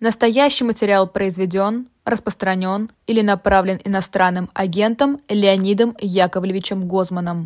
Настоящий материал произведен, распространен или направлен иностранным агентом Леонидом Яковлевичем Гозманом.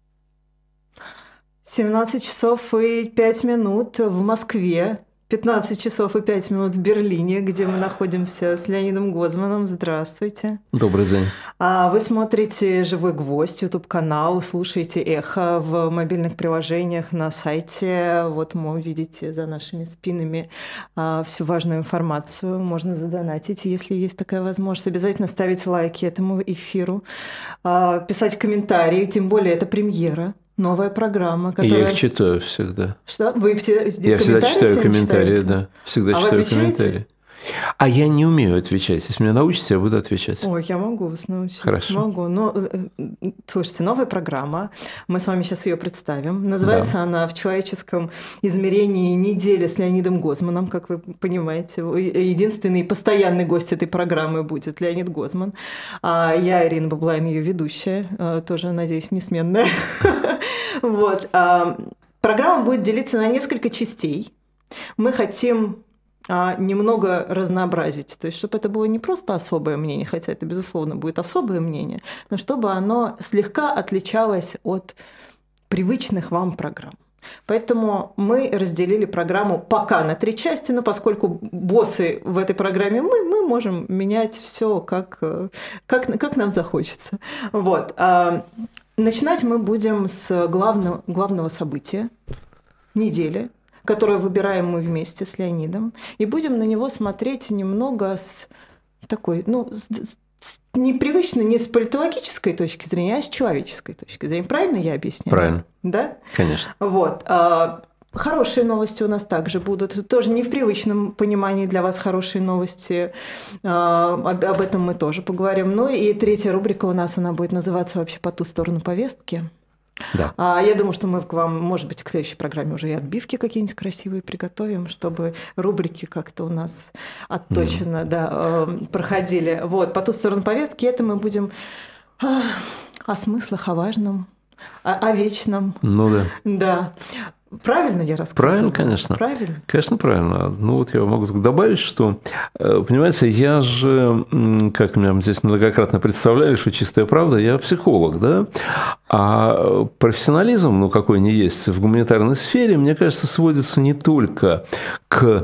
17 часов и 5 минут в Москве, 15 часов и 5 минут в Берлине, где мы находимся с Леонидом Гозманом. Здравствуйте. Добрый день. Вы смотрите «Живой гвоздь», YouTube-канал, слушаете «Эхо» в мобильных приложениях, на сайте. Вот вы видите за нашими спинами всю важную информацию. Можно задонатить, если есть такая возможность. Обязательно ставить лайки этому эфиру, писать комментарии, тем более это премьера. Новая программа, которая... Я их читаю всегда. Что? Вы все Я всегда читаю комментарии, да. Всегда читаю комментарии. А я не умею отвечать. Если меня научите, я буду отвечать. Ой, я могу вас научить. Хорошо. Могу. Но, слушайте, новая программа. Мы с вами сейчас ее представим. Называется она в человеческом измерении «Неделя с Леонидом Гозманом», как вы понимаете. Единственный постоянный гость этой программы будет Леонид Гозман. Я, Ирина Баблайн, ее ведущая. Тоже, надеюсь, несменная. Вот. Программа будет делиться на несколько частей. Мы хотим немного разнообразить. То есть, чтобы это было не просто особое мнение, хотя это, безусловно, будет особое мнение, но чтобы оно слегка отличалось от привычных вам программ. Поэтому мы разделили программу пока на 3 части, но поскольку боссы в этой программе мы можем менять все как нам захочется. Вот. Начинать мы будем с главного события недели, которое выбираем мы вместе с Леонидом, и будем на него смотреть немного с такой, непривычно не с политологической точки зрения, а с человеческой точки зрения. Правильно я объясняю? Правильно. Да? Конечно. Вот. Хорошие новости у нас также будут. Тоже не в привычном понимании для вас хорошие новости. Об этом мы тоже поговорим. Ну и 3-я рубрика у нас, она будет называться вообще «По ту сторону повестки». Да. Я думаю, что мы к вам, может быть, к следующей программе уже и отбивки какие-нибудь красивые приготовим, чтобы рубрики как-то у нас отточенно проходили. Вот, по ту сторону повестки это мы будем о смыслах, о важном, о вечном. Ну да. Да. Правильно я рассказываю? Правильно, конечно. Правильно? Конечно, правильно. Я могу только добавить, что, понимаете, я же, как меня здесь многократно представляли, что чистая правда, я психолог, да? А профессионализм, какой ни есть в гуманитарной сфере, мне кажется, сводится не только к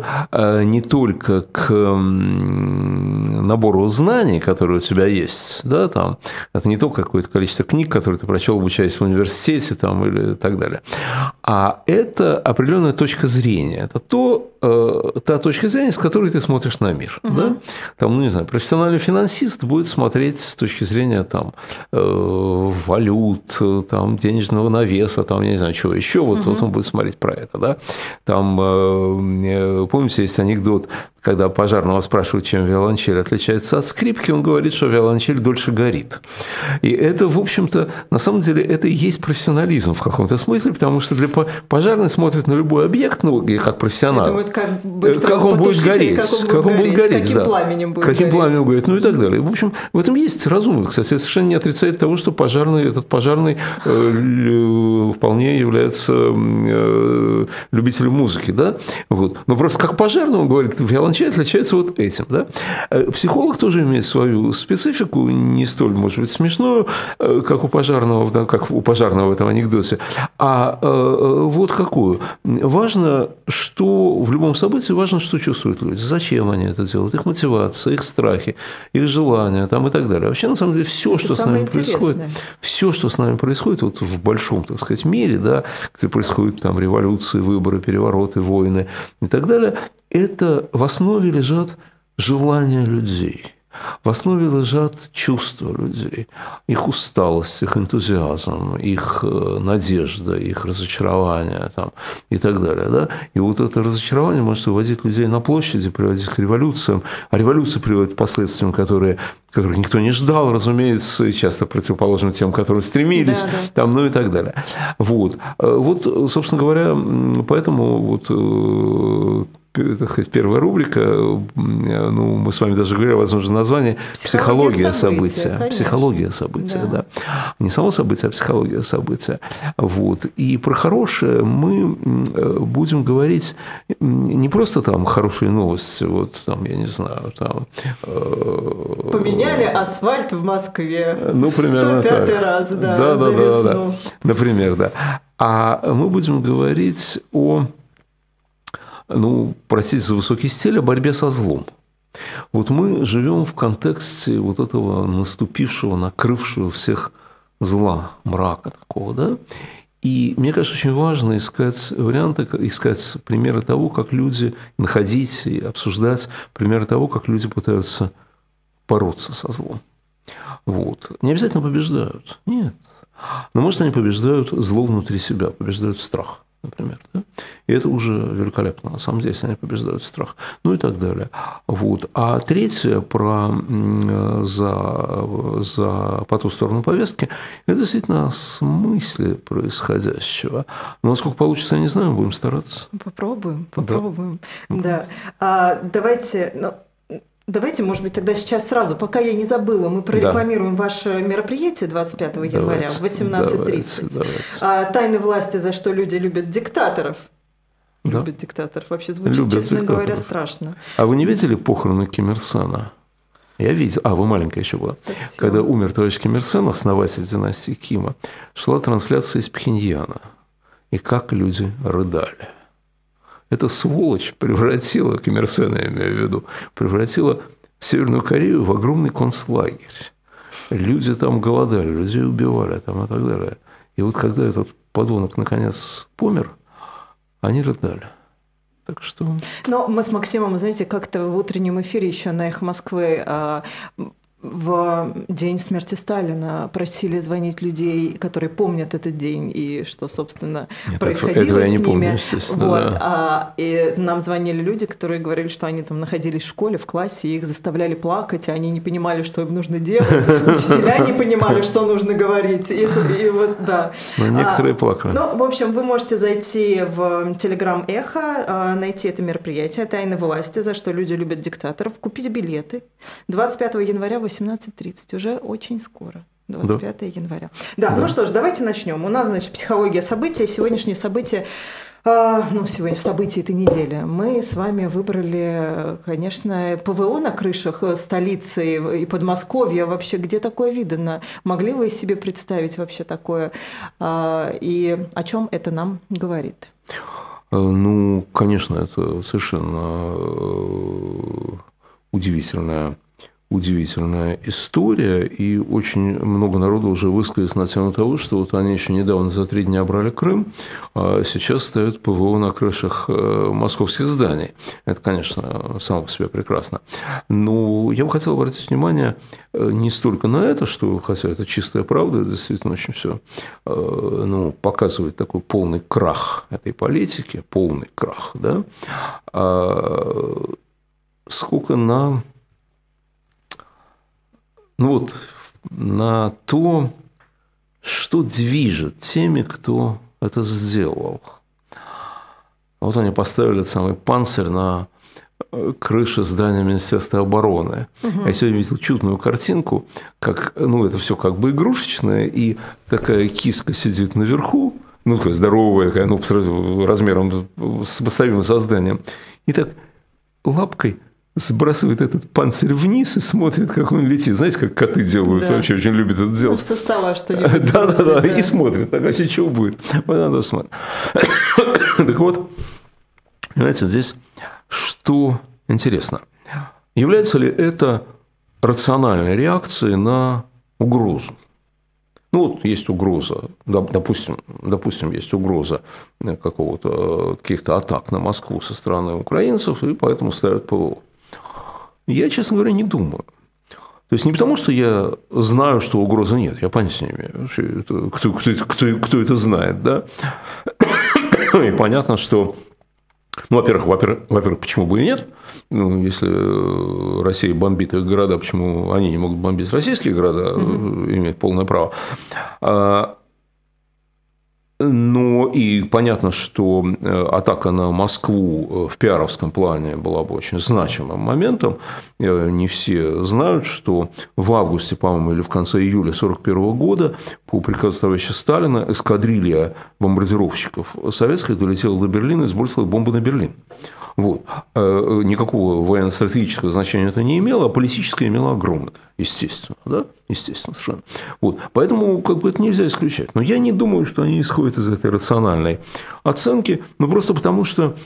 набору знаний, которые у тебя есть, да, там, это не только какое-то количество книг, которые ты прочел, обучаясь в университете, там, или так далее, а это определенная точка зрения. Это та точка зрения, с которой ты смотришь на мир. Угу. Да? Там, не знаю, профессиональный финансист будет смотреть с точки зрения там, валют, там, денежного навеса, там, я не знаю, чего еще. Вот он будет смотреть про это. Да? Там, помните, есть анекдот, когда пожарного спрашивают, чем виолончель отличается от скрипки, он говорит, что виолончель дольше горит. И это, в общем-то, на самом деле, это и есть профессионализм в каком-то смысле, потому что для пожарный смотрит на любой объект, как профессионал. Думает, как он будет гореть, каким пламенем будет каким пламенем гореть, и так далее. В общем, в этом есть разумно. Кстати, это совершенно не отрицает того, что этот пожарный вполне является любителем музыки, да? Вот. Но просто как пожарный, он говорит, виолончель отличается вот этим, да? Психолог тоже имеет свою специфику, не столь, может быть, смешную, как у пожарного в этом анекдоте, а вот какую. Важно, что в любом событии важно, что чувствуют люди, зачем они это делают, их мотивация, их страхи, их желания там, и так далее. Вообще, на самом деле, все, что с нами происходит, вот в большом, так сказать, мире, да, где происходят там революции, выборы, перевороты, войны и так далее, это в основе лежат желания людей. В основе лежат чувства людей, их усталость, их энтузиазм, их надежда, их разочарование там, и так далее. Да? И вот это разочарование может выводить людей на площади, приводить к революциям, а революция приводит к последствиям, которых никто не ждал, разумеется, и часто противоположным тем, к которым стремились, да. Там, ну и так далее. Вот, собственно говоря, поэтому так сказать, первая рубрика, ну, мы с вами даже говорили, возможно, название «Психология события». Психология события, да. Не само событие, а психология события. Вот. И про хорошее мы будем говорить не просто там хорошие новости, вот там, я не знаю, там… Поменяли асфальт в Москве, ну, примерно 105-й раз, да, за весну. Да. Например, да. А мы будем говорить о… ну, простите за высокий стиль, о борьбе со злом. Вот мы живем в контексте вот этого наступившего, накрывшего всех зла, мрака такого, да? И мне кажется, очень важно искать варианты, искать примеры того, как люди, находить и обсуждать примеры того, как люди пытаются бороться со злом. Вот. Не обязательно побеждают, нет. Но, может, они побеждают зло внутри себя, побеждают страх. Например, да? И это уже великолепно, на самом деле, если они побеждают страх, ну и так далее. Вот. А третье, за по ту сторону повестки, это действительно о смысле происходящего. Но насколько получится, я не знаю, будем стараться. Попробуем. Да. Давайте, может быть, тогда сейчас сразу, пока я не забыла, мы прорекламируем ваше мероприятие 25 января в 18:30. «Тайны власти. За что люди любят диктаторов». Да. Любят диктаторов. Вообще звучит, честно говоря, страшно. А вы не видели похороны Ким Ир Сена? Я видел. Вы маленькая еще была. Когда умер товарищ Ким Ир Сен, основатель династии Кима, шла трансляция из Пхеньяна. И как люди рыдали. Эта сволочь превратила, Ким Ир Сена, я имею в виду, превратила Северную Корею в огромный концлагерь. Люди там голодали, людей убивали там, и так далее. И вот когда этот подонок наконец помер, они рыдали. Так что… Но мы с Максимом, знаете, как-то в утреннем эфире еще на «Эхо Москвы» в день смерти Сталина просили звонить людей, которые помнят этот день и что, собственно, происходило с ними. Помню, естественно, вот. Да. И нам звонили люди, которые говорили, что они там находились в школе, в классе, и их заставляли плакать, и они не понимали, что им нужно делать. Учителя не понимали, что нужно говорить. И вот, да. Но некоторые плакали. Ну, в общем, вы можете зайти в Телеграм «Эхо», найти это мероприятие «Тайны власти. За что люди любят диктаторов», купить билеты. 25 января 18:30, уже очень скоро, 25 января. Да, ну что ж, давайте начнем. У нас, значит, психология события, сегодняшние события, сегодня события этой недели. Мы с вами выбрали, конечно, ПВО на крышах столицы и Подмосковья. Вообще, где такое видано? Могли вы себе представить вообще такое? И о чем это нам говорит? Ну, конечно, это совершенно удивительная история, и очень много народу уже высказалось на тему того, что вот они еще недавно за 3 дня брали Крым, а сейчас ставят ПВО на крышах московских зданий. Это, конечно, само по себе прекрасно. Но я бы хотел обратить внимание не столько на это, что, хотя это чистая правда, это действительно очень все показывает такой полный крах этой политики, полный крах, да, сколько на то, что движет теми, кто это сделал. Вот они поставили этот самый панцирь на крыше здания Министерства обороны. Я сегодня видел чудную картинку, как, это все как бы игрушечное, и такая киска сидит наверху, такая здоровая, сразу размером сопоставима со зданием, и так лапкой сбрасывает этот панцирь вниз и смотрит, как он летит. Знаете, как коты делают, вообще очень любят это делать. Со стола что-нибудь. Да, и смотрит, так вообще что будет. Вот надо смотреть. Так вот, понимаете, здесь что интересно. Является ли это рациональной реакцией на угрозу? Есть угроза, допустим, есть угроза каких-то атак на Москву со стороны украинцев, и поэтому ставят ПВО. Я, честно говоря, не думаю. То есть не потому, что я знаю, что угрозы нет, я понятия не имею, кто это знает, да? И понятно, что, во-первых, почему бы и нет? Если Россия бомбит их города, почему они не могут бомбить российские города, имеют полное право. Но и понятно, что атака на Москву в пиаровском плане была бы очень значимым моментом. Не все знают, что в августе, по-моему, или в конце июля 1941 года по приказу товарища Сталина эскадрилья бомбардировщиков советских долетела до Берлина и сбросила бомбы на Берлин. Вот. Никакого военно-стратегического значения это не имело, а политическое имело огромное, естественно. Да? Естественно, совершенно. Вот. Поэтому это нельзя исключать. Но я не думаю, что они исходят из этой рациональной оценки, просто потому что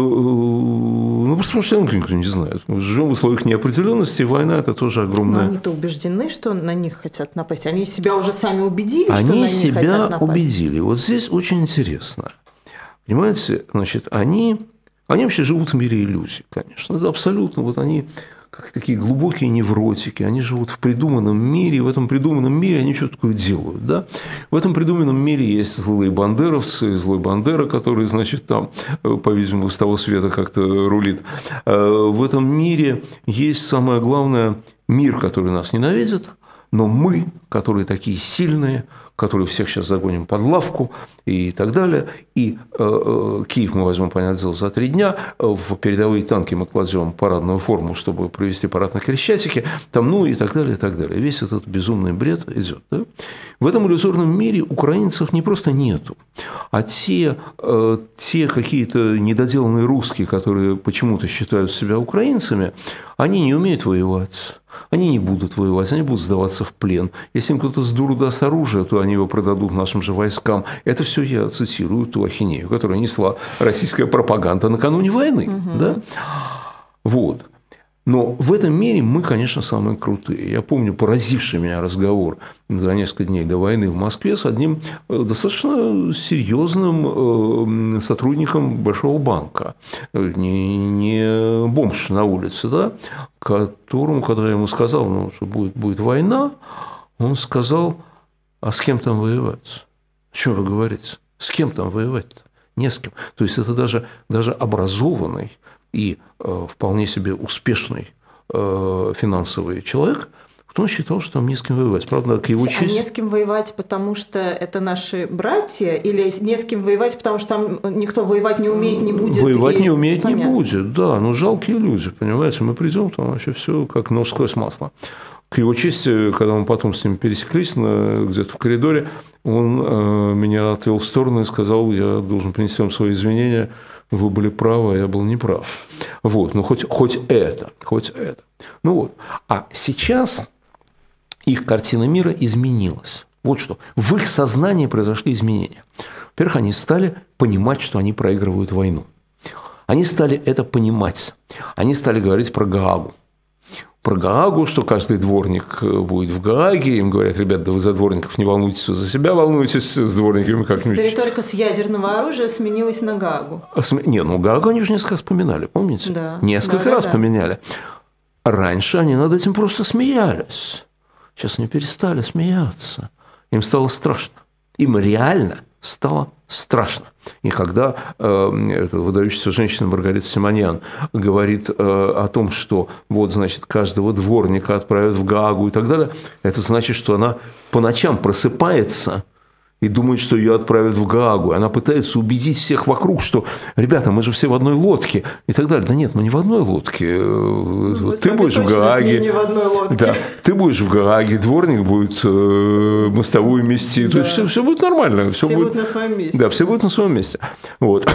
никто не знает. Мы живем в условиях неопределенности, война – это тоже огромная… Но они-то убеждены, что на них хотят напасть. Они себя уже сами убедили, что на них они хотят напасть. себя убедили. Вот здесь очень интересно. Понимаете, они вообще живут в мире иллюзий, конечно. Это абсолютно, они как такие глубокие невротики, они живут в придуманном мире, и в этом придуманном мире они что-то такое делают. Да? В этом придуманном мире есть злые бандеровцы, злой Бандера, который, там, по-видимому, с того света как-то рулит. В этом мире есть, самое главное, мир, который нас ненавидит, но мы, которые такие сильные, которые всех сейчас загоним под лавку и так далее. И Киев мы возьмем, понятное дело, за 3 дня. В передовые танки мы кладем парадную форму, чтобы провести парад на Крещатике. И так далее, и так далее. Весь этот безумный бред идет. Да? В этом иллюзорном мире украинцев не просто нету, а те какие-то недоделанные русские, которые почему-то считают себя украинцами, они не умеют воевать. Они не будут воевать, они будут сдаваться в плен. Если им кто-то с дуру даст оружие, то они его продадут нашим же войскам. Это все я цитирую ту ахинею, которую несла российская пропаганда накануне войны. Угу. Да? Вот. Но в этом мире мы, конечно, самые крутые. Я помню поразивший меня разговор за несколько дней до войны в Москве с одним достаточно серьезным сотрудником Большого банка. Не бомж на улице, да, которому, когда я ему сказал, что будет война, он сказал: а с кем там воевать? О чем вы говорите? С кем там воевать-то? Не с кем. То есть это даже образованный и вполне себе успешный финансовый человек, он считал, что там не с кем воевать. Правда, к его чести… А не с кем воевать, потому что это наши братья, или не с кем воевать, потому что там никто воевать не умеет, не будет? Воевать не умеет, не будет, да. Но жалкие люди, понимаете. Мы придем, там вообще все как нож сквозь масло. К его чести, когда мы потом с ним пересеклись где-то в коридоре, он меня отвел в сторону и сказал: я должен принести вам свои извинения, вы были правы, а я был неправ. Вот, хоть это. А сейчас их картина мира изменилась. Вот что. В их сознании произошли изменения. Во-первых, они стали понимать, что они проигрывают войну. Они стали это понимать. Они стали говорить про Гаагу. Про Гаагу, что каждый дворник будет в Гааге. Им говорят: ребят, да вы за дворников не волнуйтесь, вы за себя волнуетесь, с дворниками как-нибудь. Риторика с ядерного оружия сменилась на Гаагу. Гаагу они же несколько раз поменяли, помните? Да. Несколько раз поменяли. Раньше они над этим просто смеялись. Сейчас они перестали смеяться. Им стало страшно. Им реально стало страшно. И когда эта выдающаяся женщина Маргарита Симоньян говорит о том, что каждого дворника отправят в Гаагу и так далее, это значит, что она по ночам просыпается и думает, что ее отправят в Гаагу. Она пытается убедить всех вокруг, что, ребята, мы же все в одной лодке и так далее. Да нет, мы не в одной лодке. Ты будешь в Гааге. Не в одной лодке. Да, ты будешь в Гааге, дворник будет мостовую мести. Да. То есть все будет нормально. Все будут на своем месте. Да, все будут на своем месте. Вот.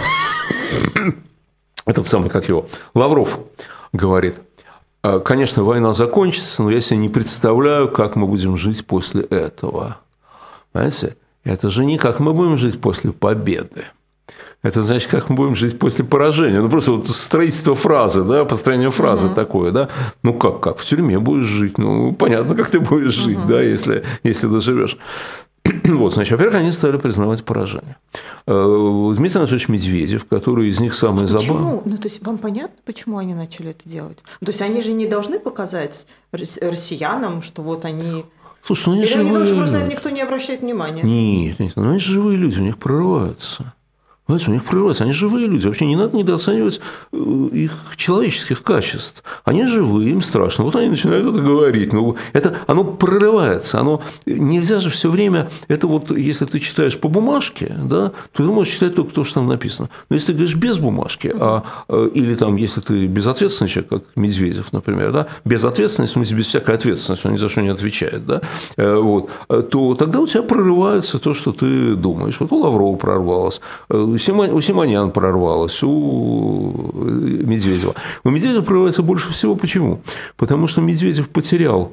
Этот самый, Лавров говорит: конечно, война закончится, но я себе не представляю, как мы будем жить после этого. Понимаете? Это же не как мы будем жить после победы. Это значит, как мы будем жить после поражения. Просто строительство фразы, да, построение фразы такое, да. Как? В тюрьме будешь жить. Понятно, как ты будешь жить, да, если доживешь. Во-первых, они стали признавать поражение. Дмитрий Анатольевич Медведев, который из них самый забавный. Почему? То есть вам понятно, почему они начали это делать? То есть они же не должны показать россиянам, что они… Слушай, они думают, что просто никто не обращает внимания? Нет, они же живые люди, у них прорываются. Понимаете, у них прорывается. Они живые люди. Вообще не надо недооценивать их человеческих качеств. Они живые, им страшно. Вот они начинают это говорить. Но это, оно прорывается. Оно, нельзя же все время... Это вот, если ты читаешь по бумажке, да, то ты можешь читать только то, что там написано. Но если ты говоришь без бумажки, или там, если ты безответственный человек, как Медведев, например, да, безответственный, в смысле, без всякой ответственности, он ни за что не отвечает, да, вот, то тогда у тебя прорывается то, что ты думаешь. Вот у Лаврова прорвалось, у Симонян прорвалось, у Медведева. У Медведева прорывается больше всего. Почему? Потому что Медведев потерял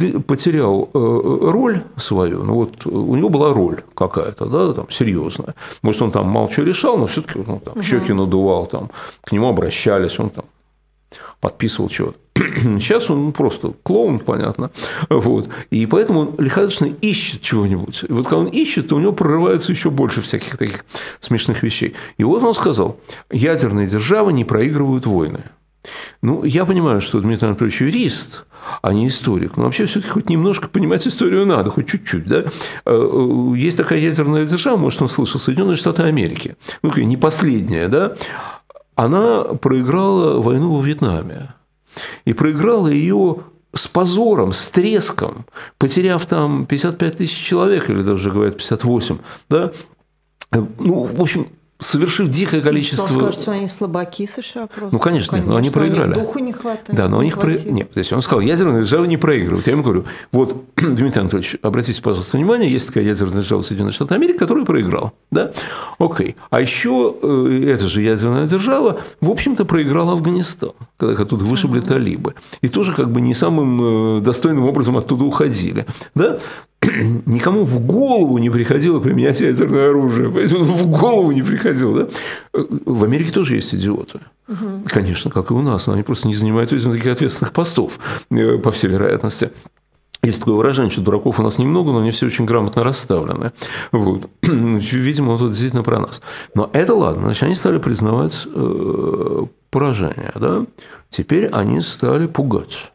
роль свою. Ну, вот у него была роль какая-то, да, там, серьезная. Может, он там мало чего решал, но все-таки щеки надувал, там, к нему обращались, он там подписывал чего-то. Сейчас он просто клоун, понятно. Вот. И поэтому он лихорадочно ищет чего-нибудь. И вот когда он ищет, то у него прорывается еще больше всяких таких смешных вещей. И вот он сказал: ядерные державы не проигрывают войны. Ну, я понимаю, что Дмитрий Анатольевич юрист, а не историк. Но вообще все-таки хоть немножко понимать историю надо, хоть чуть-чуть. Да? Есть такая ядерная держава, может, он слышал, Соединенные Штаты Америки. Ну, не последняя, да? Она проиграла войну во Вьетнаме. И проиграла ее с позором, с треском, потеряв там 55 тысяч человек, или даже, говорят, 58. Да? Ну, в общем, совершив дикое количество... Он скажет, что они слабаки, США просто. Ну, конечно, но они проиграли. Духу не хватает. Да, но у них... Нет, то есть он сказал, ядерные державы не проигрывают. Я ему говорю, вот, Дмитрий Анатольевич, обратите, пожалуйста, внимание, есть такая ядерная держава Соединенных Штатов Америки, которая проиграла. Да? Окей. А еще эта же ядерная держава, в общем-то, проиграла Афганистан, когда оттуда вышибли талибы. И тоже как бы не самым достойным образом оттуда уходили. Да? Никому в голову не приходило применять ядерное оружие. В голову не приходило. Да? В Америке тоже есть идиоты. Конечно, как и у нас. Но они просто не занимают, видимо, таких ответственных постов, по всей вероятности. Есть такое выражение, что дураков у нас немного, но они все очень грамотно расставлены. Вот. Видимо, вот это действительно про нас. Но это ладно. Значит, они стали признавать поражение. Да? Теперь они стали пугать.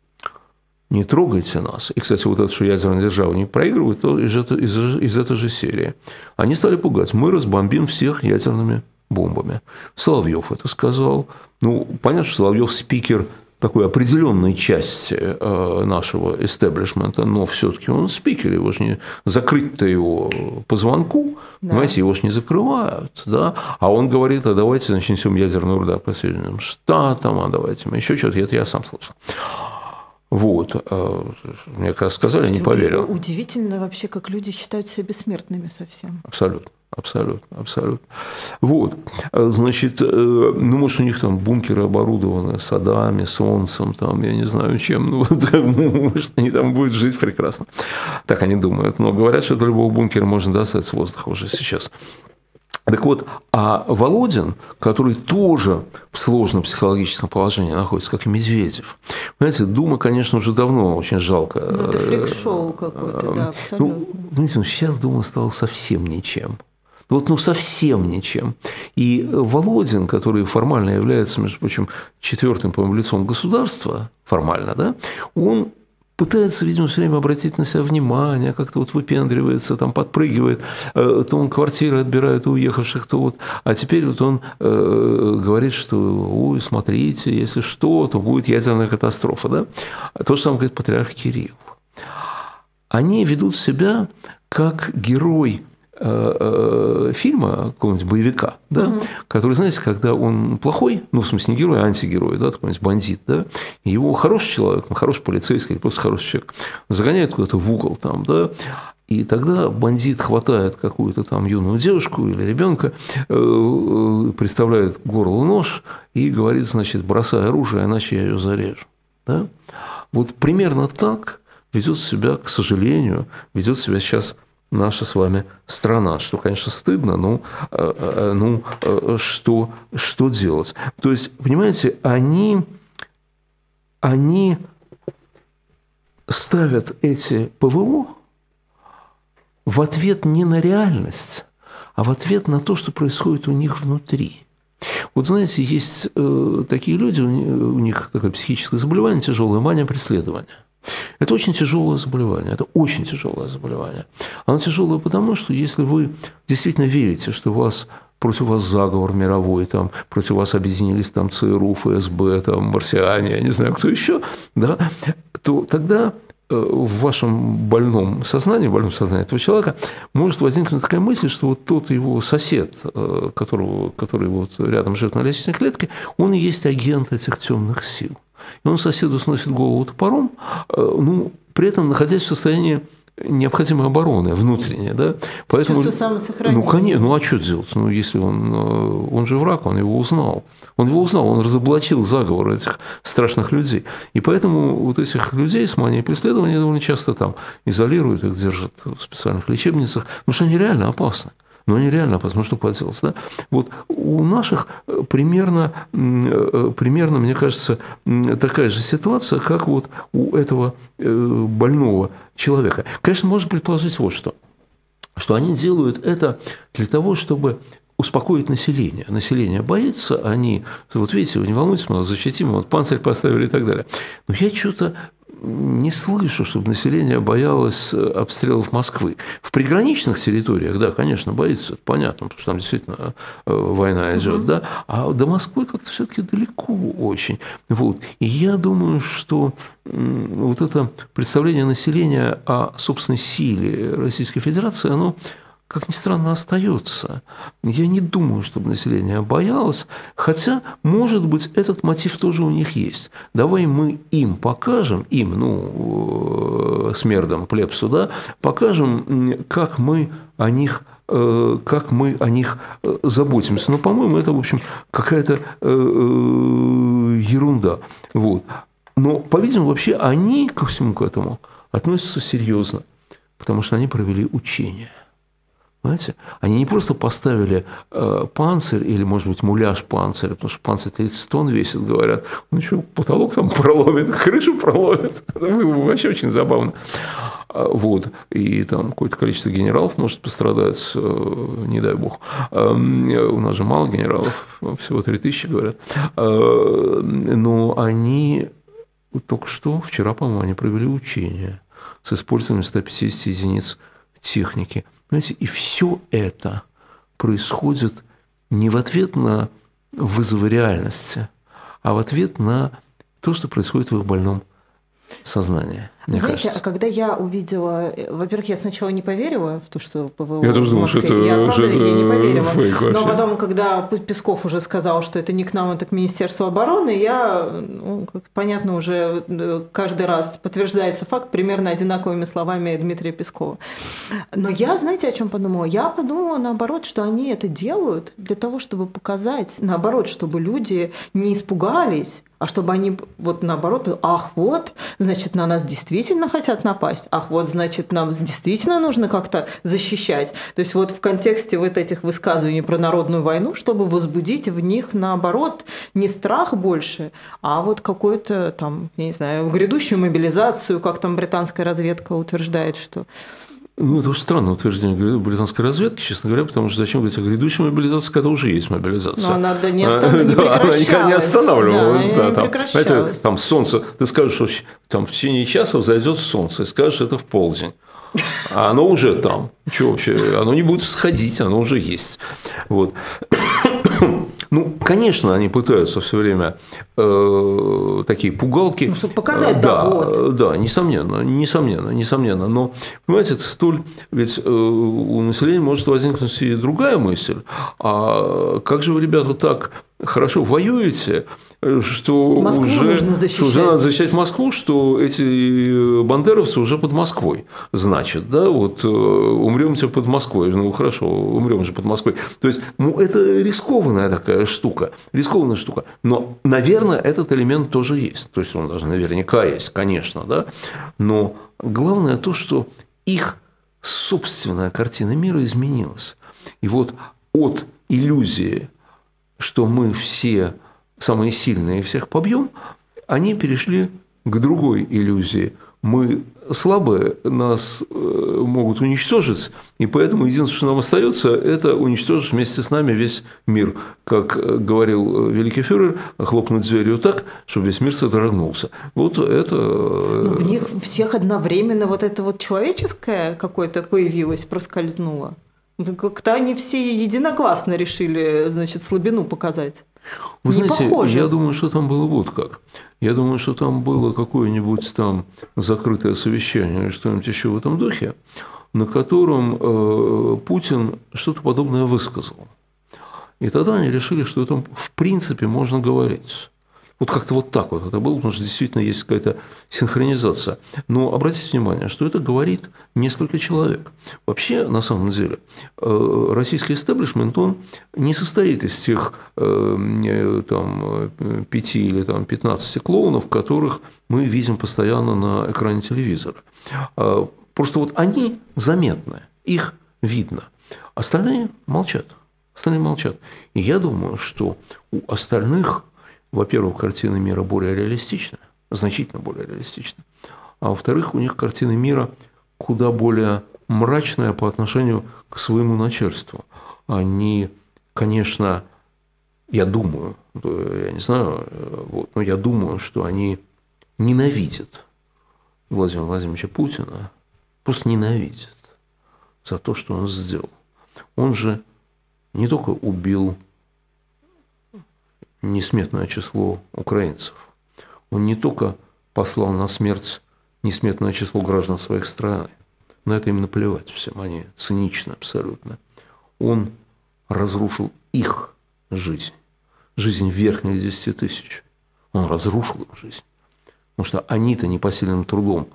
Не трогайте нас. И, кстати, вот это, что ядерная держава не проигрывает, то из этой же серии. Они стали пугать. Мы разбомбим всех ядерными бомбами. Соловьев это сказал. Ну, понятно, что Соловьев спикер такой определенной части нашего эстеблишмента, но все-таки он спикер, его же не закрыть-то его по звонку, да. Понимаете, его же не закрывают, да? А он говорит: а давайте начнем ядерный удар по Соединенным Штатам, а давайте мы еще что-то, это я сам слышал. Вот. Мне когда сказали, я не поверил. Удивительно вообще, как люди считают себя бессмертными совсем. Абсолютно. Абсолютно. Вот. Значит, ну, может, у них там бункеры оборудованы садами, солнцем, там, я не знаю чем. Ну, может, они там будут жить прекрасно. Так они думают. Но говорят, что до любого бункера можно достать с воздуха уже сейчас. Так вот, а Володин, который тоже в сложном психологическом положении находится, как и Медведев. Знаете, Дума, конечно, уже давно очень жалко. Ну, это фрик-шоу какое-то, да, абсолютно. Ну, знаете, сейчас Дума стала совсем ничем. Вот, ну, совсем ничем. И Володин, который формально является, между прочим, четвертым, по-моему, лицом государства, формально, да, он пытается, видимо, все время обратить на себя внимание, как-то вот выпендривается, там подпрыгивает, то он квартиры отбирает у уехавших, то вот, а теперь вот он говорит, что, ой, смотрите, если что, то будет ядерная катастрофа, да? То же самое говорит патриарх Кирилл. Они ведут себя как герой фильма, какого-нибудь боевика, да, который, знаете, когда он плохой, ну, в смысле, не герой, а антигерой, да, какой-нибудь бандит, да, и его хороший человек, хороший полицейский или просто хороший человек загоняет куда-то в угол там, да, и тогда бандит хватает какую-то там юную девушку или ребенка, приставляет к горлу нож и говорит, значит, бросай оружие, иначе я ее зарежу, да. Вот примерно так ведет себя, к сожалению, ведет себя сейчас наша с вами страна, что, конечно, стыдно, но что делать? То есть, понимаете, они ставят эти ПВО в ответ не на реальность, а в ответ на то, что происходит у них внутри. Вот знаете, есть такие люди, у них такое психическое заболевание, тяжелое, мания преследования. Это очень тяжелое заболевание. Это очень тяжелое заболевание. Оно тяжелое потому, что если вы действительно верите, что вас против вас заговор мировой, там, против вас объединились там ЦРУ, ФСБ, там, марсиане, я не знаю, кто еще, да, то тогда в вашем больном сознании этого человека может возникнуть такая мысль, что вот тот его сосед, который вот рядом живет на лестничной клетке, он и есть агент этих темных сил. И он соседу сносит голову топором, ну, при этом находясь в состоянии необходимой обороны внутренней, да? Поэтому, чувство самосохранения. Ну, конечно, ну а что делать? Ну, если он же враг, он его узнал. Он разоблачил заговор этих страшных людей. И поэтому вот этих людей с манией преследования довольно часто там изолируют, их держат в специальных лечебницах, потому что они реально опасны. Но они реально опасны, ну что поделать, да? Вот у наших примерно, мне кажется, такая же ситуация, как вот у этого больного человека. Конечно, можно предположить вот что они делают это для того, чтобы успокоить население. Население боится, они, вот видите, вы не волнуйтесь, мы вас защитим, вот панцирь поставили и так далее. Но я что-то не слышу, чтобы население боялось обстрелов Москвы. В приграничных территориях, да, конечно, боится, это понятно, потому что там действительно война идет, да, а до Москвы как-то все-таки далеко очень. Вот. И я думаю, что вот это представление населения о собственной силе Российской Федерации, оно, как ни странно, остается. Я не думаю, чтобы население боялось, хотя, может быть, этот мотив тоже у них есть. Давай мы им покажем, смердам, плебсу, да, покажем, как мы о них заботимся. Но, по-моему, это, в общем, какая-то ерунда. Вот. Но, по-видимому, вообще они ко всему к этому относятся серьезно, потому что они провели учения. Понимаете? Они не просто поставили панцирь или, может быть, муляж панциря, потому что панцирь 30 тонн весит, говорят, ну что, потолок там проломит, крышу проломит. Это вообще очень забавно. Вот. И там какое-то количество генералов может пострадать, не дай бог. У нас же мало генералов, всего 3000, говорят. Но они только что, вчера, по-моему, они провели учения с использованием 150 единиц техники. Понимаете, и все это происходит не в ответ на вызовы реальности, а в ответ на то, что происходит в их больном сознании. Знаете, кажется. А когда я увидела... Во-первых, я сначала не поверила в то, что ПВО я тоже думал, в Москве. Что это, я, правда, ей не поверила. Фейк вообще. Но потом, когда Песков уже сказал, что это не к нам, это к Министерству обороны, я, как понятно, уже каждый раз подтверждается факт примерно одинаковыми словами Дмитрия Пескова. Но я, знаете, о чем подумала? Я подумала, наоборот, что они это делают для того, чтобы показать, наоборот, чтобы люди не испугались, а чтобы они, вот наоборот, ах, вот, значит, на нас действительно хотят напасть, ах, вот, значит, нам действительно нужно как-то защищать. То есть вот в контексте вот этих высказываний про народную войну, чтобы возбудить в них, наоборот, не страх больше, а вот какую-то там, я не знаю, грядущую мобилизацию, как там британская разведка утверждает, что... Ну, это очень странное утверждение британской разведки, честно говоря, потому что зачем говорить о грядущей мобилизации, когда уже есть мобилизация. Но она не прекращалась. Она никогда не останавливалась. Да, там, знаете, там солнце, ты скажешь, что там в течение часа взойдет солнце, и скажешь, это в полдень. А оно уже там. Что вообще? Оно не будет всходить, оно уже есть. Вот. Ну, конечно, они пытаются все время такие пугалки. Ну, чтобы показать, Да, несомненно. Но, понимаете, ведь у населения может возникнуть и другая мысль. А как же вы, ребята, так хорошо воюете, что уже надо защищать Москву, что эти бандеровцы уже под Москвой. Значит, да, вот умрем под Москвой. Ну, хорошо, умрем же под Москвой. То есть, это рискованная такая штука. Но, наверное, этот элемент тоже есть. То есть, он даже наверняка есть, конечно, да. Но главное то, что их собственная картина мира изменилась. И вот от иллюзии, что мы все самые сильные и всех побьем, они перешли к другой иллюзии. Мы слабые, нас могут уничтожить, и поэтому единственное, что нам остается, это уничтожить вместе с нами весь мир. Как говорил великий фюрер, хлопнуть дверью так, чтобы весь мир содрогнулся. Вот это... Но в них всех одновременно вот это вот человеческое какое-то появилось, проскользнуло. Как-то они все единогласно решили, значит, слабину показать. Вы Не знаете, похоже. я думаю, что там было вот как. Я думаю, что там было какое-нибудь там закрытое совещание или что-нибудь еще в этом духе, на котором Путин что-то подобное высказал. И тогда они решили, что это в принципе можно говорить. Вот как-то вот так вот это было, потому что действительно есть какая-то синхронизация. Но обратите внимание, что это говорит несколько человек. Вообще, на самом деле, российский истеблишмент, он не состоит из тех там, 5 или там, 15 клоунов, которых мы видим постоянно на экране телевизора. Просто вот они заметны, их видно. Остальные молчат. И я думаю, что у остальных, во-первых, картина мира более реалистична, значительно более реалистична, а во-вторых, у них картина мира куда более мрачная по отношению к своему начальству. Они, конечно, я думаю, я не знаю, вот, но я думаю, что они ненавидят Владимира Владимировича Путина, просто ненавидят за то, что он сделал. Он же не только убил несметное число украинцев, он не только послал на смерть несметное число граждан своих стран, на это им наплевать всем, они циничны абсолютно. Он разрушил их жизнь, жизнь верхних 10 тысяч. Он разрушил их жизнь. Потому что они-то непосильным трудом,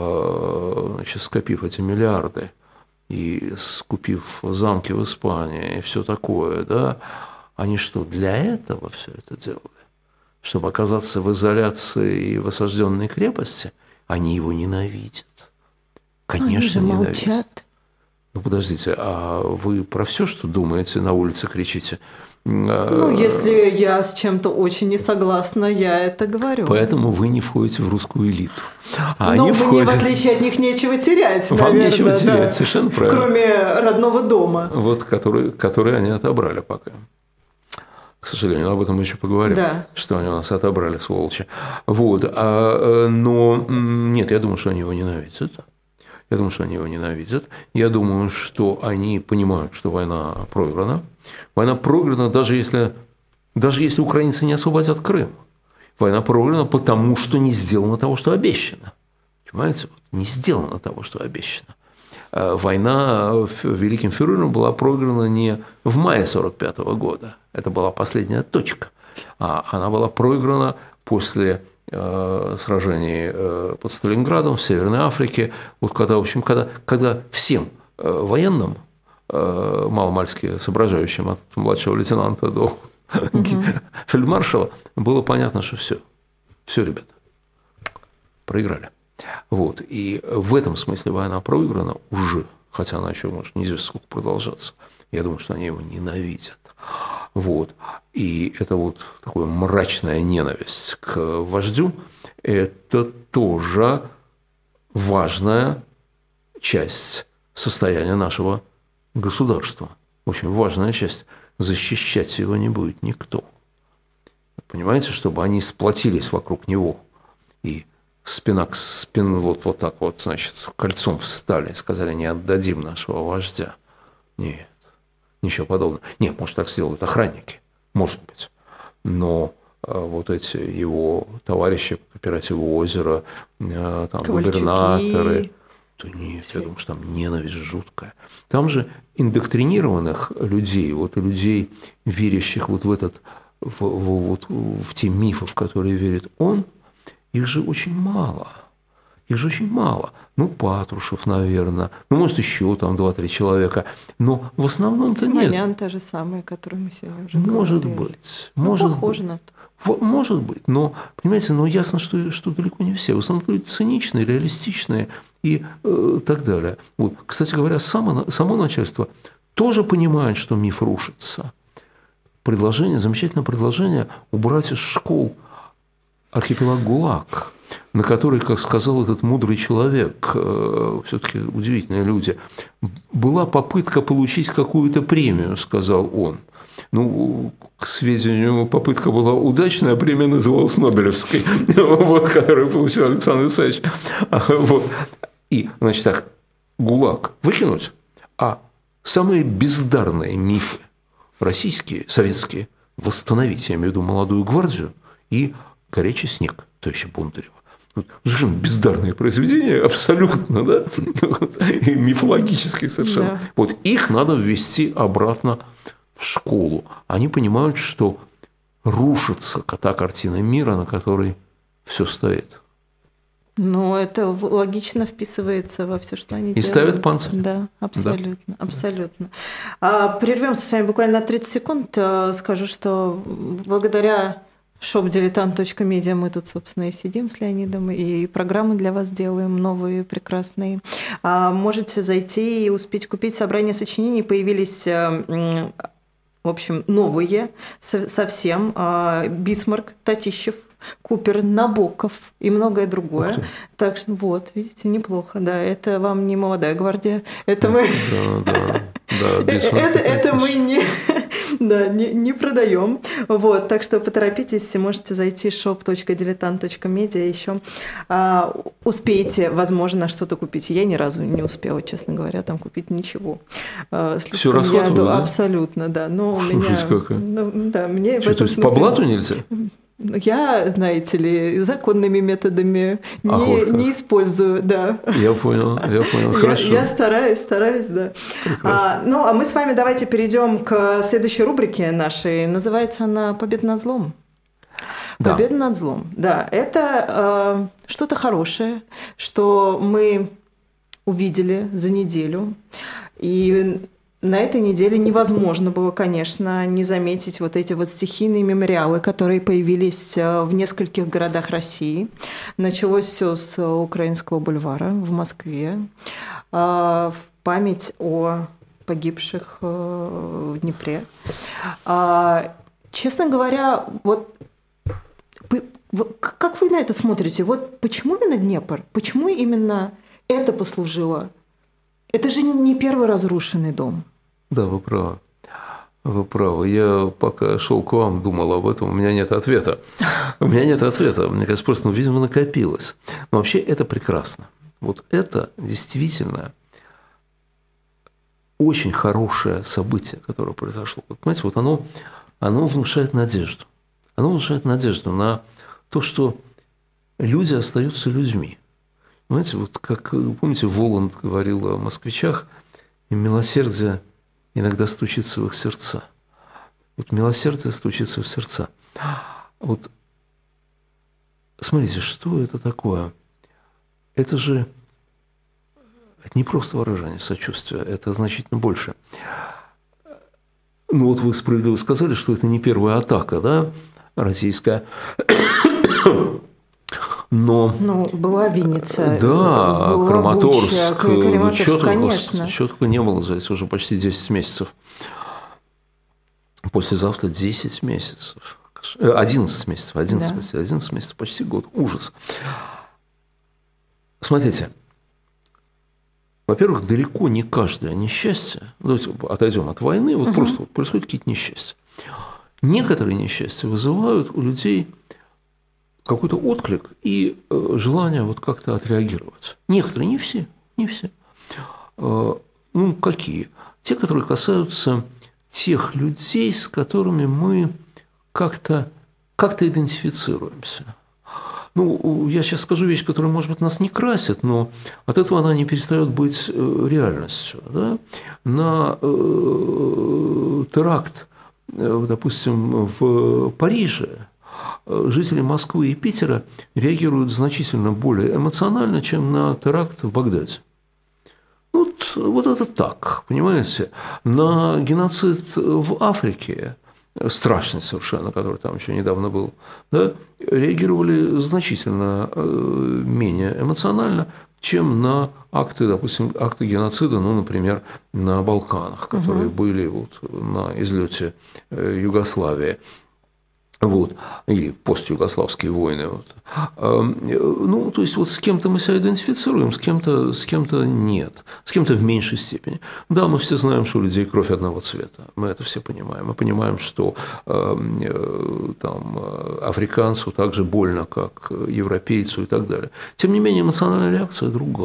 значит, скопив эти миллиарды и скупив замки в Испании и все такое, да, они что, для этого все это делали? Чтобы оказаться в изоляции и в осажденной крепости? Они его ненавидят. Конечно, они ненавидят. молчат. Ну, подождите, а вы про все, что думаете, на улице кричите? Ну, если я с чем-то очень не согласна, я это говорю. Поэтому вы не входите в русскую элиту. А но они мне, входят... в отличие от них, нечего терять, Вам наверное. нечего терять, да. совершенно правильно. Кроме родного дома. Вот, который они отобрали пока. К сожалению, об этом мы еще поговорим, Да. что они у нас отобрали, сволочи. Вот. Но нет, я думаю, что они его ненавидят. Я думаю, что они его ненавидят. Я думаю, что они понимают, что война проиграна. Война проиграна, даже если украинцы не освободят Крым. Война проиграна, потому что не сделано того, что обещано. Понимаете? Не сделано того, что обещано. Война великим фюрером была проиграна не в мае 1945 года. Это была последняя точка. Она была проиграна после сражений под Сталинградом в Северной Африке. Вот когда, в общем, когда всем военным, маломальски соображающим от младшего лейтенанта до фельдмаршала, было понятно, что все, ребята, проиграли. Вот. И в этом смысле война проиграна уже, хотя она еще может неизвестно сколько продолжаться. Я думаю, что они его ненавидят. Вот. И это вот такая мрачная ненависть к вождю, это тоже важная часть состояния нашего государства. Очень важная часть. Защищать его не будет никто. Понимаете, чтобы они сплотились вокруг него и спина к спину, вот так вот, значит, кольцом встали и сказали, не отдадим нашего вождя. Нет, ничего подобного. Нет, может, так сделают охранники, может быть. Но вот эти его товарищи по кооперативу «Озеро», там, губернаторы, то нет, я думаю, что там ненависть жуткая. Там же индоктринированных людей, вот людей, верящих вот в этот, в те мифы, в которые верит он, их же очень мало. Ну, Патрушев, наверное. Ну, может, еще там 2-3 человека. Но в основном-то нет. Симонян та же самая, которую мы сегодня уже может говорили. быть. Похоже на то. Может быть. Но, понимаете, ясно, что далеко не все. В основном люди циничные, реалистичные и так далее. Вот. Кстати говоря, само начальство тоже понимает, что миф рушится. Замечательное предложение убрать из школ архипелаг ГУЛАГ, на который, как сказал этот мудрый человек, все-таки удивительные люди, была попытка получить какую-то премию, сказал он. Ну, к сведению, попытка была удачная, а премия называлась Нобелевской, вот, которую получил Александр Александрович. Вот. И, значит, так, ГУЛАГ выкинуть, а самые бездарные мифы российские, советские восстановить, я имею в виду «Молодую гвардию» и «Горячий снег» товарища Бондарева. Совершенно бездарные произведения, абсолютно, да, и мифологические совершенно. Да. Вот их надо ввести обратно в школу. Они понимают, что рушится та картина мира, на которой все стоит. Ну, это логично вписывается во все, что они делают. И ставят панцирь. Да, абсолютно, да. Абсолютно. Прервемся с вами буквально на 30 секунд. Скажу, что благодаря shopdiletant.media мы тут, собственно, и сидим с Леонидом, и программы для вас делаем новые, прекрасные. Можете зайти и успеть купить собрание сочинений. Появились, в общем, новые совсем. Бисмарк, Татищев, Купер, Набоков и многое другое. Так что вот, видите, неплохо. Да, это вам не «Молодая гвардия». Это мы... Это мы не продаем. Вот, так что поторопитесь, можете зайти в shop.diletant.media, еще успеете, возможно, что-то купить. Я ни разу не успела, честно говоря, там купить ничего. Все расхватываю, да? Абсолютно, да. Но у меня... Да, мне в этом смысле... По блату нельзя? Я, знаете ли, законными методами не использую, да. Я понял, хорошо. Я стараюсь, да. А мы с вами давайте перейдем к следующей рубрике нашей. Называется она «Победа над злом». Да. «Победа над злом», да. Это что-то хорошее, что мы увидели за неделю. И на этой неделе невозможно было, конечно, не заметить вот эти вот стихийные мемориалы, которые появились в нескольких городах России. Началось все с Украинского бульвара в Москве, в память о погибших в Днепре. Честно говоря, вот как вы на это смотрите? Вот почему именно Днепр? Почему именно это послужило? Это же не первый разрушенный дом. Да, вы правы. Вы правы. Я пока шел к вам, думал об этом, у меня нет ответа. Мне кажется, просто, видимо, накопилось. Но вообще это прекрасно. Вот это действительно очень хорошее событие, которое произошло. Вот, понимаете, вот оно внушает надежду. Оно внушает надежду на то, что люди остаются людьми. Понимаете, вот как, помните, Воланд говорил о москвичах, и милосердие иногда стучится в их сердца. Вот милосердие стучится в сердца. Вот смотрите, что это такое? Это же не просто выражение сочувствия, это значительно больше. Ну вот вы справедливо сказали, что это не первая атака, да, российская. Но была Винница, да, была Краматорск, конечно. Чего только не было за это уже почти 10 месяцев. Послезавтра 10 месяцев. 11 месяцев, почти год. Ужас. Смотрите, во-первых, далеко не каждое несчастье, давайте отойдем от войны, вот просто происходят какие-то несчастья. Некоторые несчастья вызывают у людей какой-то отклик и желание вот как-то отреагировать. Некоторые, не все. Ну, какие? Те, которые касаются тех людей, с которыми мы как-то идентифицируемся. Ну, я сейчас скажу вещь, которая, может быть, нас не красит, но от этого она не перестает быть реальностью. Да? На теракт, допустим, в Париже жители Москвы и Питера реагируют значительно более эмоционально, чем на теракт в Багдаде. Вот это так, понимаете? На геноцид в Африке, страшный совершенно, который там еще недавно был, да, реагировали значительно менее эмоционально, чем на акты, допустим, акты геноцида, ну, например, на Балканах, которые были вот на излете Югославии. Вот, или постюгославские войны. Вот. Ну, то есть, вот с кем-то мы себя идентифицируем, с кем-то нет, с кем-то в меньшей степени. Да, мы все знаем, что у людей кровь одного цвета, мы это все понимаем. Мы понимаем, что там, африканцу так же больно, как европейцу и так далее. Тем не менее, эмоциональная реакция другая.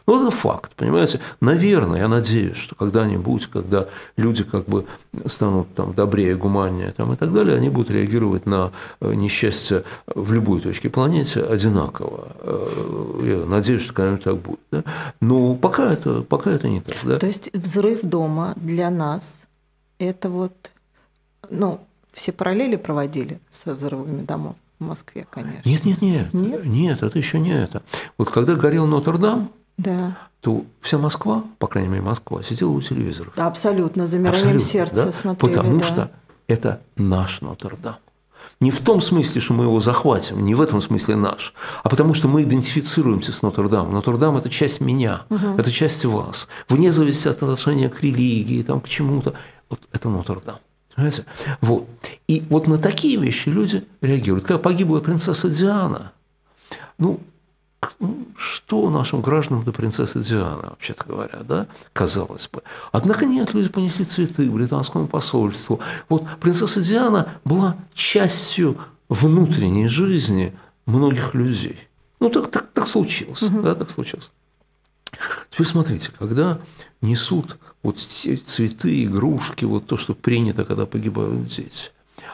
Ну, это факт, понимаете? Наверное, я надеюсь, что когда-нибудь, когда люди как бы станут там добрее, гуманнее там, и так далее, они будут реагировать на несчастье в любой точке планеты одинаково. Я надеюсь, что когда-нибудь так будет. Да? Но пока это не так. Да? То есть взрыв дома для нас – это вот, ну, все параллели проводили со взрывами домов в Москве, конечно. Нет, это еще не это. Вот когда горел Нотр-Дам, да, то вся Москва, по крайней мере Москва, сидела у телевизоров. Абсолютно, замиранием сердца да? смотрели. Потому что это наш Нотр-Дам. Не в том смысле, что мы его захватим, не в этом смысле наш, а потому что мы идентифицируемся с Нотр-Дамом. Нотр-Дам – это часть меня, это часть вас, вне зависимости от отношения к религии, там, к чему-то. Вот это Нотр-Дам. Понимаете? Вот. И вот на такие вещи люди реагируют. Когда погибла принцесса Диана, ну, что нашим гражданам до принцессы Дианы, вообще-то говоря, да, казалось бы. Однако нет, люди понесли цветы британскому посольству. Вот принцесса Диана была частью внутренней жизни многих людей. Ну, так случилось, да, так случилось. Теперь смотрите, когда несут вот цветы, игрушки, вот то, что принято, когда погибают дети.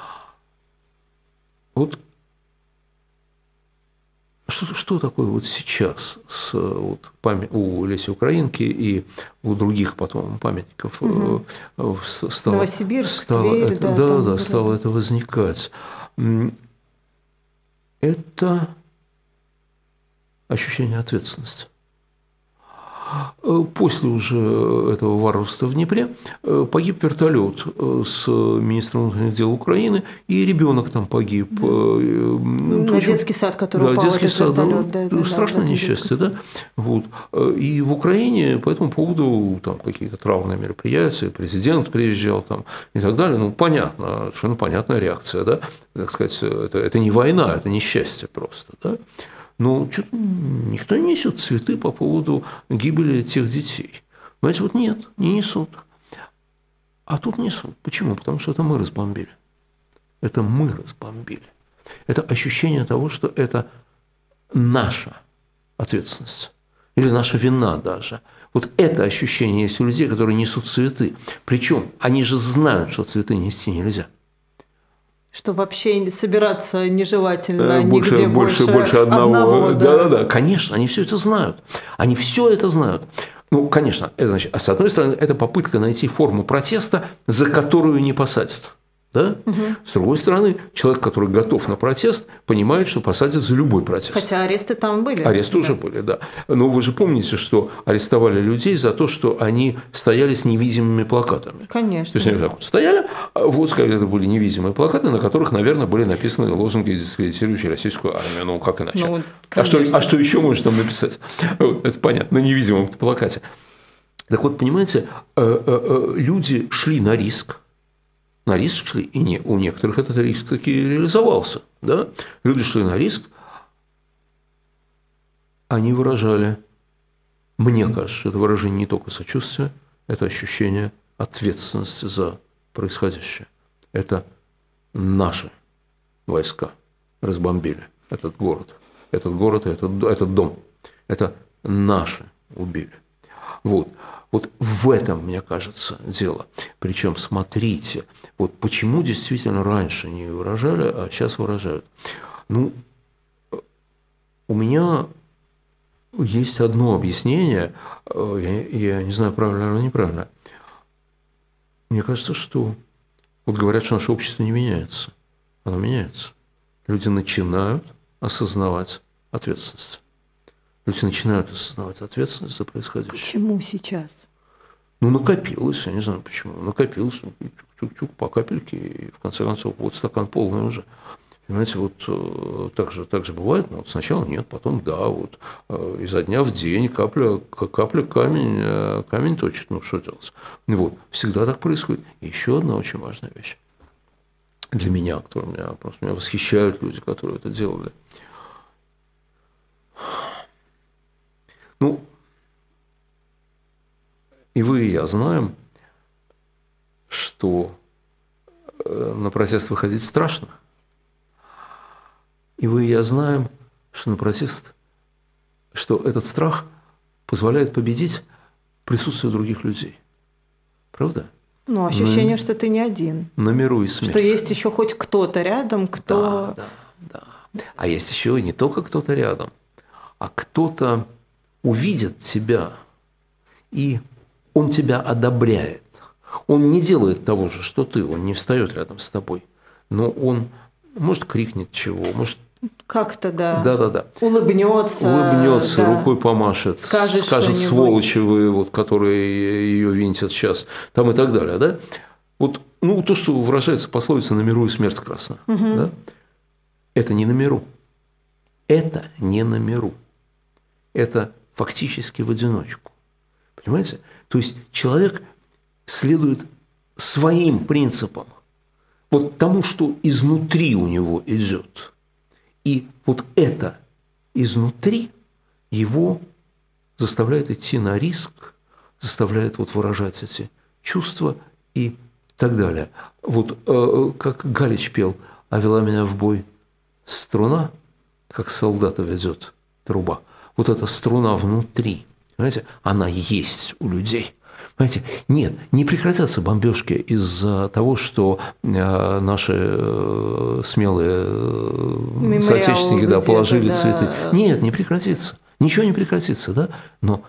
Вот что такое вот сейчас вот, у Леси Украинки и у других потом памятников Новосибирск, Тверь, стало это возникать. Это ощущение ответственности. После уже этого варварства в Днепре погиб вертолет с министром внутренних дел Украины, и ребенок там погиб. Да. Детский сад, который упал, детский сад, да, страшное несчастье, да. Вот. И в Украине по этому поводу там какие-то траурные мероприятия, президент приезжал там и так далее. Ну, понятно, совершенно понятная реакция, да. Так сказать, это не война, это несчастье просто, да. Но что-то никто не несет цветы по поводу гибели тех детей. Понимаете, вот нет, не несут. А тут несут. Почему? Потому что это мы разбомбили. Это мы разбомбили. Это ощущение того, что это наша ответственность. Или наша вина даже. Вот это ощущение есть у людей, которые несут цветы. Причем они же знают, что цветы нести нельзя. Что вообще собираться нежелательно нигде больше одного. Да, конечно, они все это знают. Они все это знают. Ну, конечно, это значит, с одной стороны, это попытка найти форму протеста, за которую не посадят. Да? С другой стороны, человек, который готов на протест, понимает, что посадят за любой протест. Хотя аресты там были. Аресты уже были, да. Но вы же помните, что арестовали людей за то, что они стояли с невидимыми плакатами. Конечно. То есть они так вот стояли, вот, сказали, это были невидимые плакаты, на которых, наверное, были написаны лозунги, дискредитирующие российскую армию. Ну, как иначе? Ну, а что еще можно там написать? Это понятно, на невидимом плакате. Так вот, понимаете, люди шли на риск. На риск шли, и у некоторых этот риск таки реализовался. Да? Люди шли на риск, они выражали, мне кажется, что это выражение не только сочувствия, это ощущение ответственности за происходящее. Это наши войска разбомбили этот город и этот дом. Это наши убили. Вот. Вот в этом, мне кажется, дело. Причем, смотрите, вот почему действительно раньше не выражали, а сейчас выражают. Ну, у меня есть одно объяснение, я не знаю, правильно или неправильно. Мне кажется, что вот говорят, что наше общество не меняется. Оно меняется. Люди начинают осознавать ответственность. Люди начинают осознавать ответственность за происходящее. Почему сейчас? Ну, накопилось, я не знаю почему. Накопилось, чук-чук по капельке, и в конце концов, вот стакан полный уже. Понимаете, вот так же бывает, но вот сначала нет, потом да, вот изо дня в день капля камень точит, ну что делать. Вот, всегда так происходит. И еще одна очень важная вещь для меня, меня восхищают люди, которые это делали. Ну, и вы, и я знаем, что на протест выходить страшно. И вы, и я знаем, что на протест, что этот страх позволяет победить присутствие других людей. Правда? Ну, ощущение, что ты не один. На миру и смерти. Что есть еще хоть кто-то рядом, кто... Да. А есть еще и не только кто-то рядом, а кто-то увидит тебя, и он тебя одобряет. Он не делает того же, что ты, он не встает рядом с тобой, но он, может, крикнет чего, может... Как-то, да. Да. Улыбнется, да. Рукой помашет, скажет сволочи вы, вот, которые ее винтят сейчас, там и так далее, да? Вот, ну, то, что выражается пословица «на миру и смерть красна», да? Это не на миру. Это не на миру. Это фактически в одиночку. Понимаете? То есть человек следует своим принципам, вот тому, что изнутри у него идет. И вот это изнутри его заставляет идти на риск, заставляет вот выражать эти чувства и так далее. Вот как Галич пел: «А вела меня в бой струна, как солдата ведет труба». Вот эта струна внутри, понимаете, она есть у людей. Понимаете, нет, не прекратятся бомбежки из-за того, что наши смелые соотечественники положили цветы. Нет, не прекратится. Ничего не прекратится, да? Но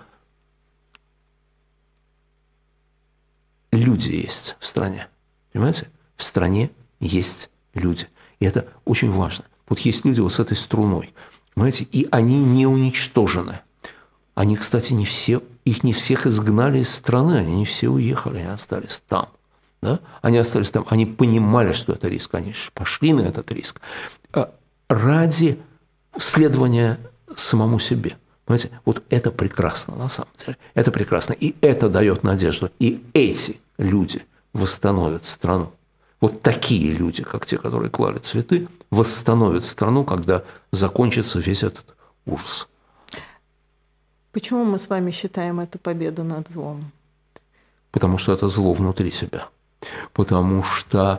люди есть в стране. Понимаете? В стране есть люди. И это очень важно. Вот есть люди вот с этой струной. Понимаете? И они не уничтожены. Они, кстати, не все, их не всех изгнали из страны, они не все уехали, они остались там. Да? Они остались там, они понимали, что это риск, они пошли на этот риск ради следования самому себе. Понимаете? Вот это прекрасно на самом деле. Это прекрасно. И это дает надежду. И эти люди восстановят страну. Вот такие люди, как те, которые клали цветы, восстановят страну, когда закончится весь этот ужас. Почему мы с вами считаем эту победу над злом? Потому что это зло внутри себя. Потому что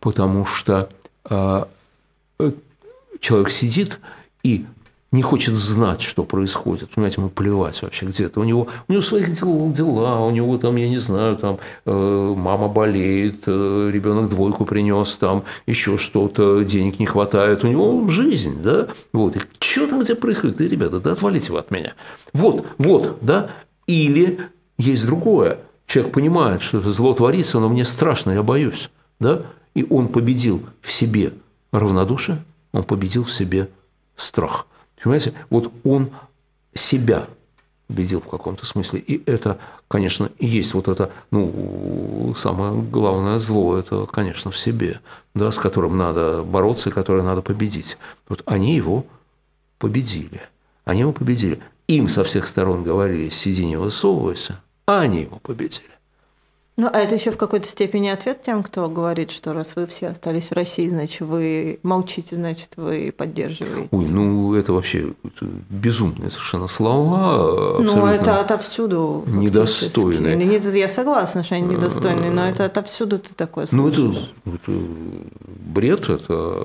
человек сидит и не хочет знать, что происходит. Понимаете, ему плевать вообще где-то. У него своих дела, у него там, я не знаю, там мама болеет, ребенок двойку принес, там еще что-то, денег не хватает. У него жизнь, да? Вот. И что там где происходит? Да, ребята, да отвалите вы от меня. Вот, да? Или есть другое. Человек понимает, что это зло творится, но мне страшно, я боюсь, да? И он победил в себе равнодушие, он победил в себе страх. Понимаете, вот он себя победил в каком-то смысле. И это, конечно, и есть вот это, самое главное зло, это, конечно, в себе, да, с которым надо бороться и которое надо победить. Вот они его победили. Им со всех сторон говорили: сиди, не высовывайся, а они его победили. Ну, а это еще в какой-то степени ответ тем, кто говорит, что раз вы все остались в России, значит, вы молчите, значит, вы поддерживаете. Ой, это вообще безумные совершенно слова. Это отовсюду. Недостойные. Я согласна, что они недостойные, но это отовсюду ты такое слышишь. Это бред, это,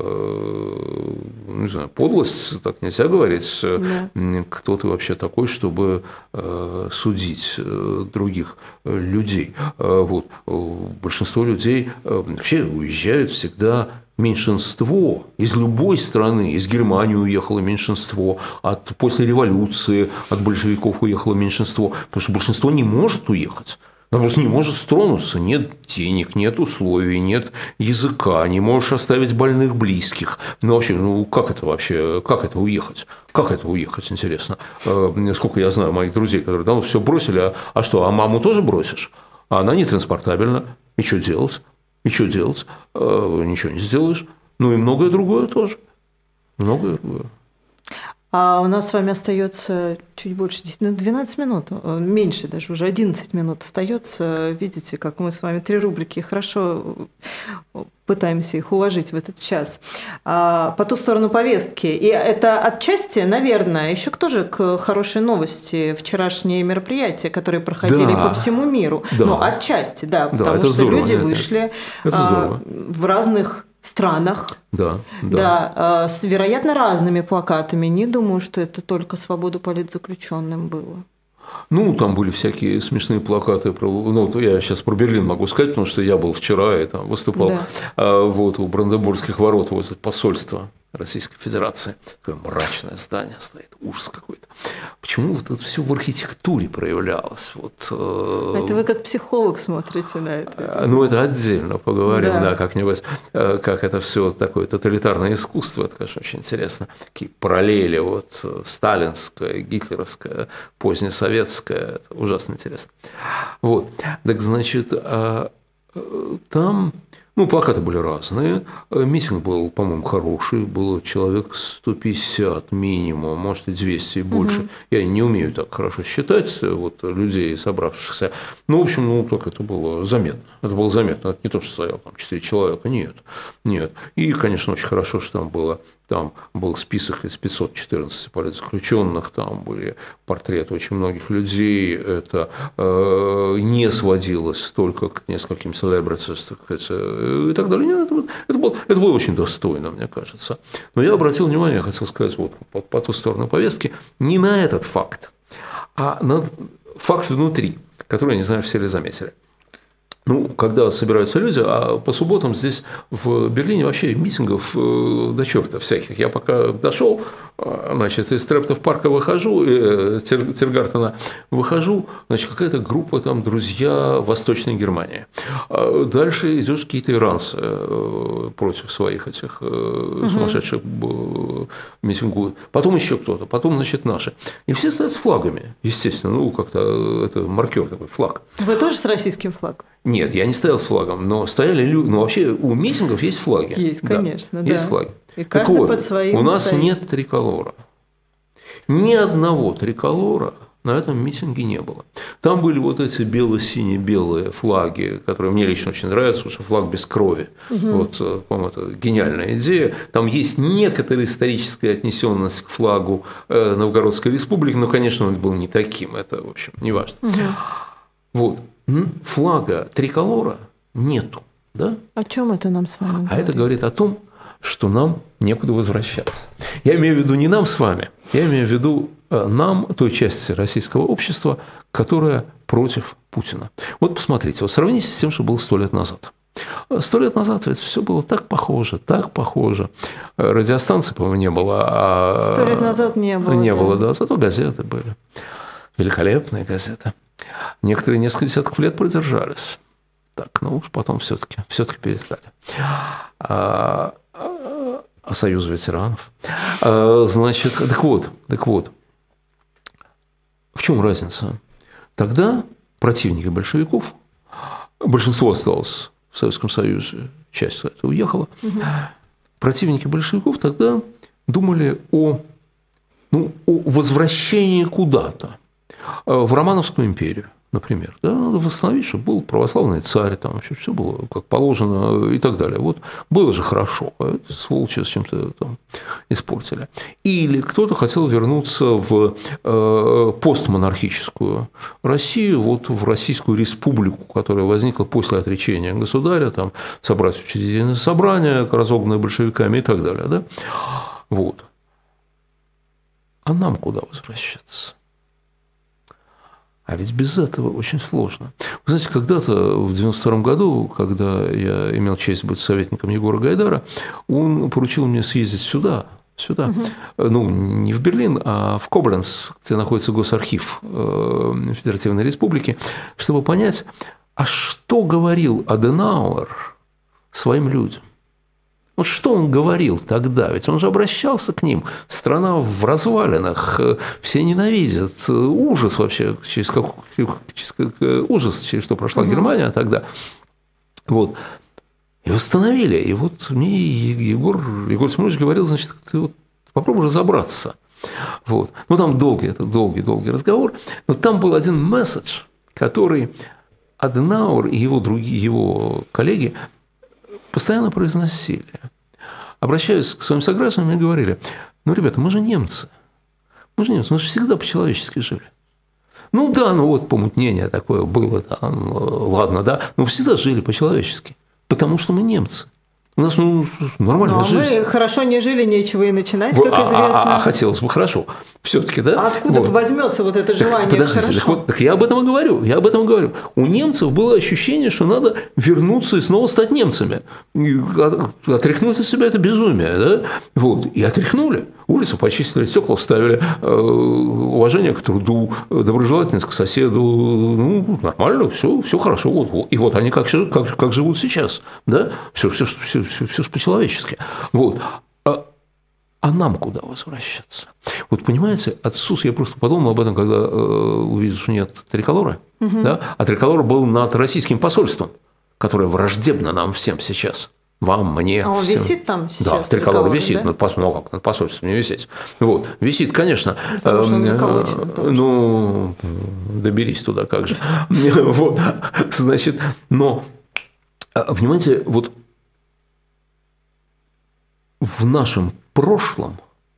не знаю, подлость, так нельзя говорить. Да. Кто ты вообще такой, чтобы судить других людей? Вот. Большинство людей вообще уезжают всегда меньшинство. Из любой страны, из Германии уехало меньшинство, после революции от большевиков уехало меньшинство, потому что большинство не может уехать. Она просто не может стронуться, нет денег, нет условий, нет языка, не можешь оставить больных близких. Как это уехать? Как это уехать, интересно? Сколько я знаю моих друзей, которые давно все бросили, а что, маму тоже бросишь? А она не транспортабельна. И что делать? Ничего не сделаешь. И многое другое тоже. А у нас с вами остается чуть больше 12 минут, меньше даже, уже 11 минут остается. Видите, как мы с вами 3 рубрики хорошо пытаемся их уложить в этот час. По ту сторону повестки. И это отчасти, наверное, еще тоже к хорошей новости вчерашние мероприятия, которые проходили по всему миру. Да. Но отчасти, потому что здорово, люди вышли в разных странах, с вероятно разными плакатами. Не думаю, что это только свободу политзаключенным было. Ну, там были всякие смешные плакаты. Ну, я сейчас про Берлин могу сказать, потому что я был вчера и там выступал вот, у Бранденбургских ворот возле посольства Российской Федерации. Такое мрачное здание стоит, ужас какой-то. Почему вот это все в архитектуре проявлялось? Вот, это вы как психолог смотрите на это? Ну, это отдельно поговорим, да, как-нибудь, как это все такое тоталитарное искусство, это, конечно, очень интересно. Какие параллели, вот, сталинское, гитлеровское, позднесоветское, это ужасно интересно. Вот, так, значит, там... Ну, плакаты были разные. Митинг был, по-моему, хороший. Было человек 150 минимум, может и 200 и больше. Я не умею так хорошо считать вот, людей, собравшихся. Ну, в общем, ну, только это было заметно. Это было заметно. Это не то, что стояло там 4 человека. Нет. Нет. И, конечно, очень хорошо, что там было. Там был список из 514 политзаключенных, там были портреты очень многих людей, это не сводилось только к нескольким celebrities и так далее. Нет, это было очень достойно, мне кажется. Но я обратил внимание, я хотел сказать, вот по ту сторону повестки, не на этот факт, а на факт внутри, который, я не знаю, все ли заметили. Ну, когда собираются люди, а по субботам здесь в Берлине вообще митингов до черта всяких. Я пока дошел, значит, из Трептов-парка выхожу, Тиргартена выхожу, значит, какая-то группа там друзья Восточной Германии. Дальше идешь какие-то иранцы против своих этих сумасшедших митингуют. Потом еще кто-то, потом, значит, наши. И все стоят с флагами, естественно, ну, как-то это маркер такой, флаг. Вы тоже с российским флагом? Нет, я не стоял с флагом, но стояли люди. Ну, вообще у митингов есть флаги. Есть, конечно, да. Есть флаги. И каждый вот, под своим. У нас нет триколора. Ни одного триколора на этом митинге не было. Там были вот эти бело-сине-белые флаги, которые мне лично очень нравятся, потому что флаг без крови. Вот, по-моему, это гениальная идея. Там есть некоторая историческая отнесенность к флагу Новгородской республики, но, конечно, он был не таким. Это, в общем, не важно. Вот. Флага триколора нету. Да? О чем это нам с вами говорит? А это говорит о том, что нам некуда возвращаться. Я имею в виду не нам с вами, я имею в виду нам, той части российского общества, которая против Путина. Вот посмотрите, вот сравните с тем, что было 100 лет назад. 100 лет назад ведь все было так похоже, так похоже. Радиостанции, по-моему, не было. 100 лет назад не было. Не было, да, зато газеты были. Великолепные газеты. Некоторые несколько десятков лет продержались. Так, ну уж потом все-таки перестали. А Союз ветеранов. Значит, так вот. В чем разница? Тогда противники большевиков, большинство осталось в Советском Союзе, часть, кстати, уехала. Противники большевиков тогда думали о возвращении куда-то. В Романовскую империю, например. Да, надо восстановить, чтобы был православный царь, там все было как положено и так далее. Вот было же хорошо, а это сволочи с чем-то там испортили. Или кто-то хотел вернуться в постмонархическую Россию, вот в Российскую республику, которая возникла после отречения государя, там собрать учредительное собрание, разогнанное большевиками и так далее. Да? Вот. А нам куда возвращаться? А ведь без этого очень сложно. Вы знаете, когда-то в 1992 году, когда я имел честь быть советником Егора Гайдара, он поручил мне съездить сюда, ну, не в Берлин, а в Кобленц, где находится Госархив Федеративной Республики, чтобы понять, а что говорил Аденауэр своим людям. Вот что он говорил тогда? Ведь он же обращался к ним. Страна в развалинах, все ненавидят. Ужас вообще, через что прошла Германия тогда. Вот. И восстановили. И вот мне Егор Тимурович говорил, значит, ты вот попробуй разобраться. Вот. Ну, там долгий разговор. Но там был один месседж, который Аденауэр и его коллеги постоянно произносили. Обращаясь к своим согражданам, мне говорили: ну, ребята, мы же немцы, мы же всегда по-человечески жили. Ну да, ну вот помутнение такое было там, ладно, да, но всегда жили по-человечески, потому что мы немцы. У нас нормальная жизнь. Мы хорошо не жили, нечего и начинать, как известно. Хотелось бы хорошо. Все-таки, да? А откуда возьмется вот это желание? Подождите, так я об этом и говорю. У немцев было ощущение, что надо вернуться и снова стать немцами. Отряхнуть от себя это безумие. Да? Вот. И отряхнули. Улицу почистили, стекла вставили, уважение к труду, доброжелательность к соседу. Нормально, все хорошо. Вот. И вот они как живут сейчас. Да? Все по-человечески. Вот. А нам куда возвращаться? Вот понимаете, отсутствие, я просто подумал об этом, когда увидел, что нет триколора, да? А триколор был над российским посольством, которое враждебно нам всем сейчас. Вам, мне. А он всем. Висит там сейчас? Да, триколор висит, да? Над посольством не висеть. Вот, висит, конечно. Потому что он заколочен. Доберись туда, как же. Вот, значит, но, понимаете, вот в нашем прошлом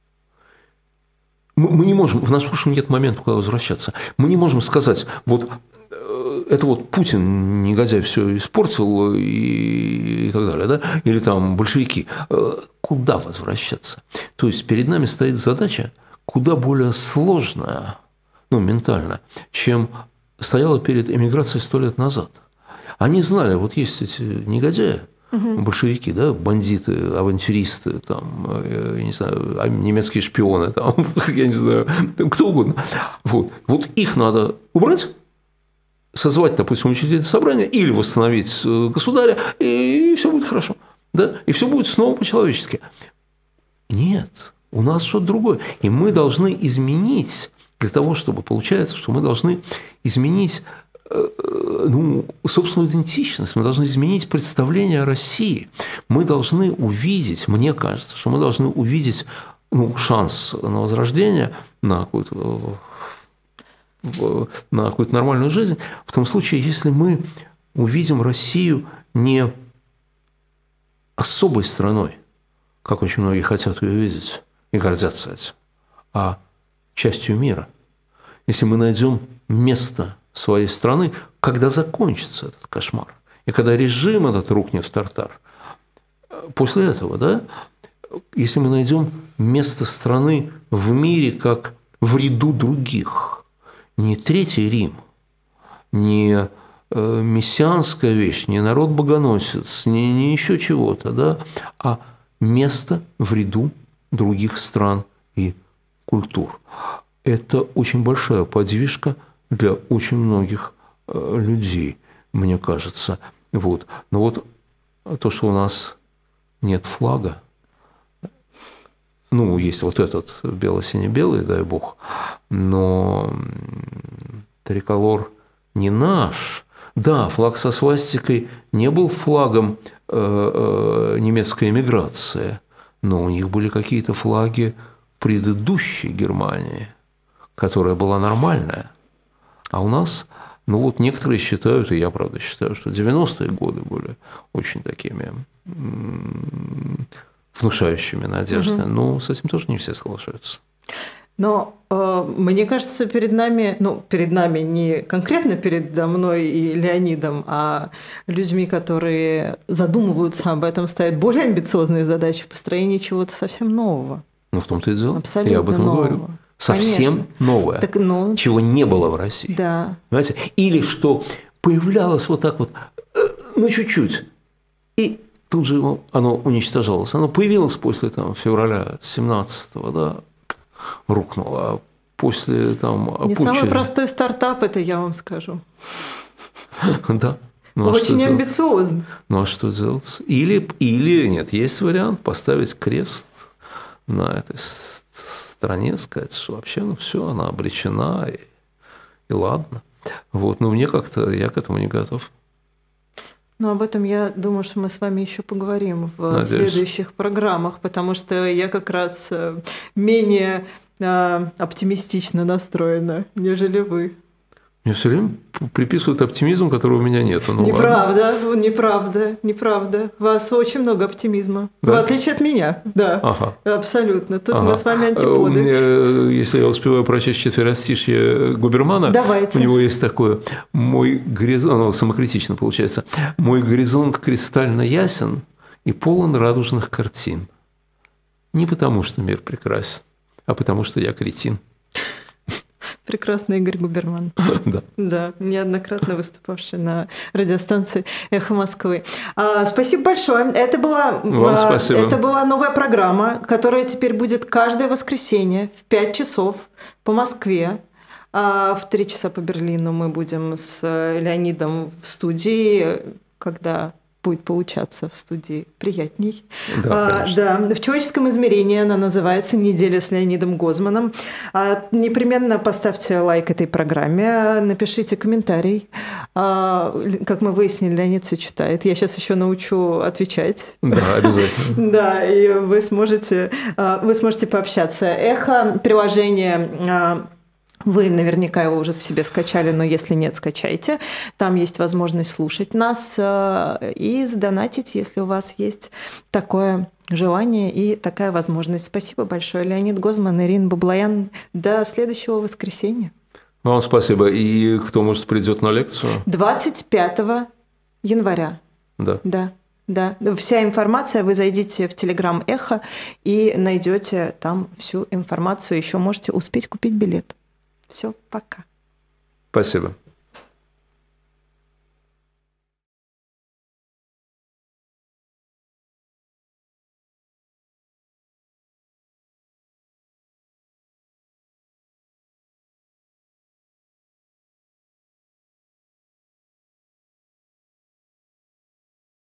мы не можем, в нашем прошлом нет момента, куда возвращаться. Мы не можем сказать, вот это вот Путин, негодяй, все испортил и так далее, да? Или там большевики. Куда возвращаться? То есть перед нами стоит задача куда более сложная, ментально, чем стояла перед эмиграцией 100 лет назад. Они знали, вот есть эти негодяи, большевики, да, бандиты, авантюристы, там, я не знаю, немецкие шпионы, там, я не знаю, кто угодно. Вот их надо убрать, созвать, допустим, учредительное собрание или восстановить государя, и все будет хорошо. Да? И все будет снова по-человечески. Нет, у нас что-то другое. И мы должны изменить, для того, чтобы получается, что мы должны изменить собственную идентичность, мы должны изменить представление о России. Мы должны увидеть, мне кажется, что мы должны увидеть шанс на возрождение, на какую-то нормальную жизнь, в том случае, если мы увидим Россию не особой страной, как очень многие хотят ее видеть и гордятся этим, а частью мира. Если мы найдем место своей страны, когда закончится этот кошмар, и когда режим этот рухнет в тартар, после этого, да, если мы найдем место страны в мире как в ряду других, не Третий Рим, не мессианская вещь, не народ-богоносец, не еще чего-то, да, а место в ряду других стран и культур. Это очень большая подвижка для очень многих людей, мне кажется. Вот. Но вот то, что у нас нет флага, есть вот этот бело-сине-белый, дай бог, но триколор не наш. Да, флаг со свастикой не был флагом немецкой эмиграции, но у них были какие-то флаги предыдущей Германии, которая была нормальная. А у нас, некоторые считают, и я, правда, считаю, что 90-е годы были очень такими внушающими надежды. Но с этим тоже не все соглашаются. Но мне кажется, перед нами не конкретно передо мной и Леонидом, а людьми, которые задумываются об этом, стоят более амбициозные задачи в построении чего-то совсем нового. В том-то и дело. Абсолютно я об этом нового. говорю. Совсем Конечно. новое, так, чего не было в России. Да. Понимаете? Или что появлялось вот так вот, чуть-чуть, и тут же оно уничтожалось. Оно появилось после февраля 17-го, да, рухнуло. А после Не самый простой стартап, это я вам скажу. Да. Очень амбициозно. А что делать? Или нет, есть вариант поставить крест на этой стране, сказать, что вообще, все, она обречена, и ладно. Вот, но я к этому не готов. Об этом, я думаю, что мы с вами еще поговорим в следующих программах, потому что я как раз менее оптимистично настроена, нежели вы. Мне все время приписывают оптимизм, которого у меня нет. Неправда. У вас очень много оптимизма. Да? В отличие от меня, да. Ага. Абсолютно. Тут мы с вами антиподы. Если я успеваю прочесть четверостишье Губермана, давайте. У него есть такое: мой горизонт, оно самокритично получается, мой горизонт кристально ясен, и полон радужных картин. Не потому, что мир прекрасен, а потому, что я кретин. Прекрасный Игорь Губерман. Да. Да, неоднократно выступавший на радиостанции «Эхо Москвы». Спасибо большое. Это была новая программа, которая теперь будет каждое воскресенье в 5 часов по Москве. В 3 часа по Берлину мы будем с Леонидом в студии, когда будет получаться в студии приятней. Да, в человеческом измерении она называется «Неделя с Леонидом Гозманом». Непременно поставьте лайк этой программе, напишите комментарий. Как мы выяснили, Леонид все читает. Я сейчас еще научу отвечать. Да, обязательно. Да, и вы сможете пообщаться. «Эхо» приложение. Вы наверняка его уже себе скачали, но если нет, скачайте. Там есть возможность слушать нас и задонатить, если у вас есть такое желание и такая возможность. Спасибо большое. Леонид Гозман, Ирина Баблоян. До следующего воскресенья. Вам спасибо. И кто, может, придет на лекцию? 25 января. Да. Да. Вся информация, вы зайдите в Telegram Эхо и найдете там всю информацию. Еще можете успеть купить билет. Все, пока. Спасибо.